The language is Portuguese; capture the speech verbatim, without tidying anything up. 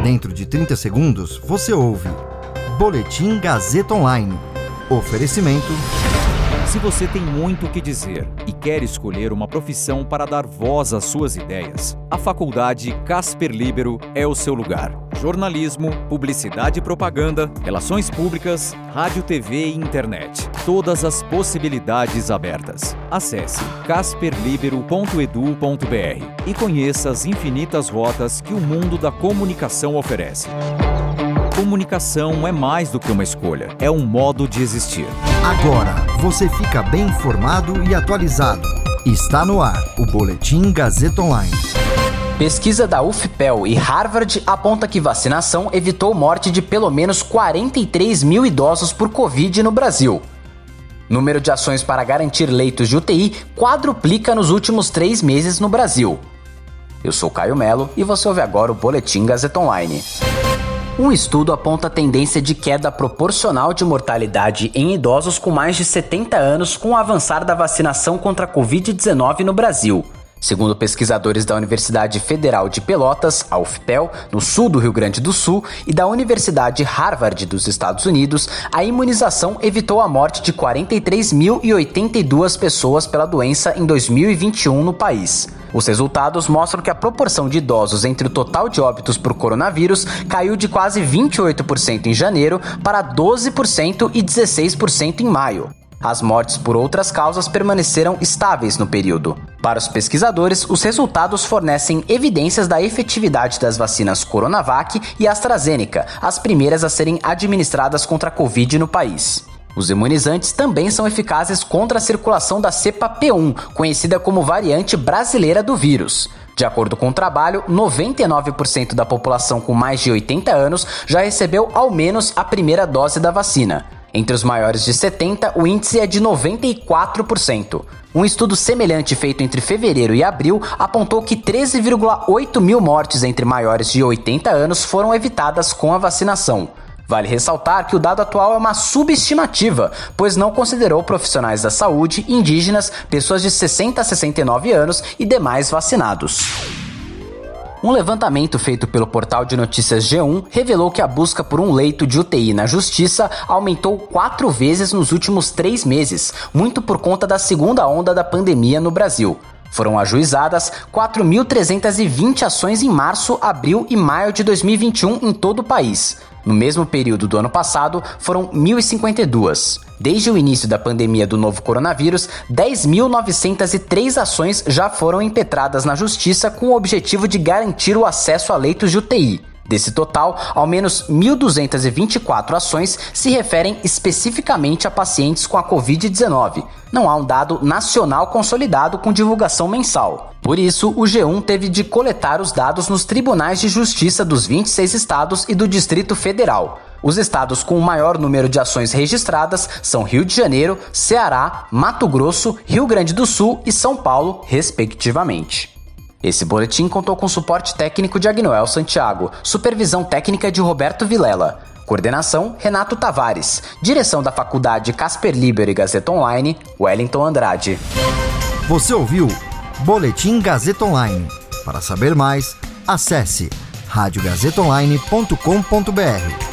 Dentro de trinta segundos, você ouve Boletim Gazeta Online. Oferecimento... Se você tem muito o que dizer e quer escolher uma profissão para dar voz às suas ideias, a Faculdade Casper Líbero é o seu lugar. Jornalismo, publicidade e propaganda, relações públicas, rádio, T V e internet. Todas as possibilidades abertas. Acesse casper libero ponto edu ponto br e conheça as infinitas rotas que o mundo da comunicação oferece. Comunicação é mais do que uma escolha, é um modo de existir. Agora você fica bem informado e atualizado. Está no ar o Boletim Gazeta Online. Pesquisa da U F P E L e Harvard aponta que vacinação evitou morte de pelo menos quarenta e três mil idosos por Covid no Brasil. Número de ações para garantir leitos de U T I quadruplica nos últimos três meses no Brasil. Eu sou Caio Melo e você ouve agora o Boletim Gazeta Online. Um estudo aponta a tendência de queda proporcional de mortalidade em idosos com mais de setenta anos com o avançar da vacinação contra a covid dezenove no Brasil. Segundo pesquisadores da Universidade Federal de Pelotas, a U F P E L, no sul do Rio Grande do Sul, e da Universidade Harvard dos Estados Unidos, a imunização evitou a morte de quarenta e três mil e oitenta e duas pessoas pela doença em dois mil e vinte e um no país. Os resultados mostram que a proporção de idosos entre o total de óbitos por coronavírus caiu de quase vinte e oito por cento em janeiro para doze por cento e dezesseis por cento em maio. As mortes por outras causas permaneceram estáveis no período. Para os pesquisadores, os resultados fornecem evidências da efetividade das vacinas Coronavac e AstraZeneca, as primeiras a serem administradas contra a Covid no país. Os imunizantes também são eficazes contra a circulação da cepa P um, conhecida como variante brasileira do vírus. De acordo com o trabalho, noventa e nove por cento da população com mais de oitenta anos já recebeu ao menos a primeira dose da vacina. Entre os maiores de setenta, o índice é de noventa e quatro por cento. Um estudo semelhante feito entre fevereiro e abril apontou que treze vírgula oito mil mortes entre maiores de oitenta anos foram evitadas com a vacinação. Vale ressaltar que o dado atual é uma subestimativa, pois não considerou profissionais da saúde, indígenas, pessoas de sessenta a sessenta e nove anos e demais vacinados. Um levantamento feito pelo portal de notícias G um revelou que a busca por um leito de U T I na Justiça aumentou quatro vezes nos últimos três meses, muito por conta da segunda onda da pandemia no Brasil. Foram ajuizadas quatro mil trezentas e vinte ações em março, abril e maio de dois mil e vinte e um em todo o país. No mesmo período do ano passado, foram mil e cinquenta e duas. Desde o início da pandemia do novo coronavírus, dez mil novecentas e três ações já foram impetradas na Justiça com o objetivo de garantir o acesso a leitos de U T I. Desse total, ao menos mil duzentas e vinte e quatro ações se referem especificamente a pacientes com a covid dezenove. Não há um dado nacional consolidado com divulgação mensal. Por isso, o G um teve de coletar os dados nos tribunais de justiça dos vinte e seis estados e do Distrito Federal. Os estados com o maior número de ações registradas são Rio de Janeiro, Ceará, Mato Grosso, Rio Grande do Sul e São Paulo, respectivamente. Esse boletim contou com suporte técnico de Agnoel Santiago, supervisão técnica de Roberto Vilela, coordenação Renato Tavares, direção da Faculdade Casper Líbero e Gazeta Online, Wellington Andrade. Você ouviu Boletim Gazeta Online. Para saber mais, acesse rádio gazeta online ponto com ponto br.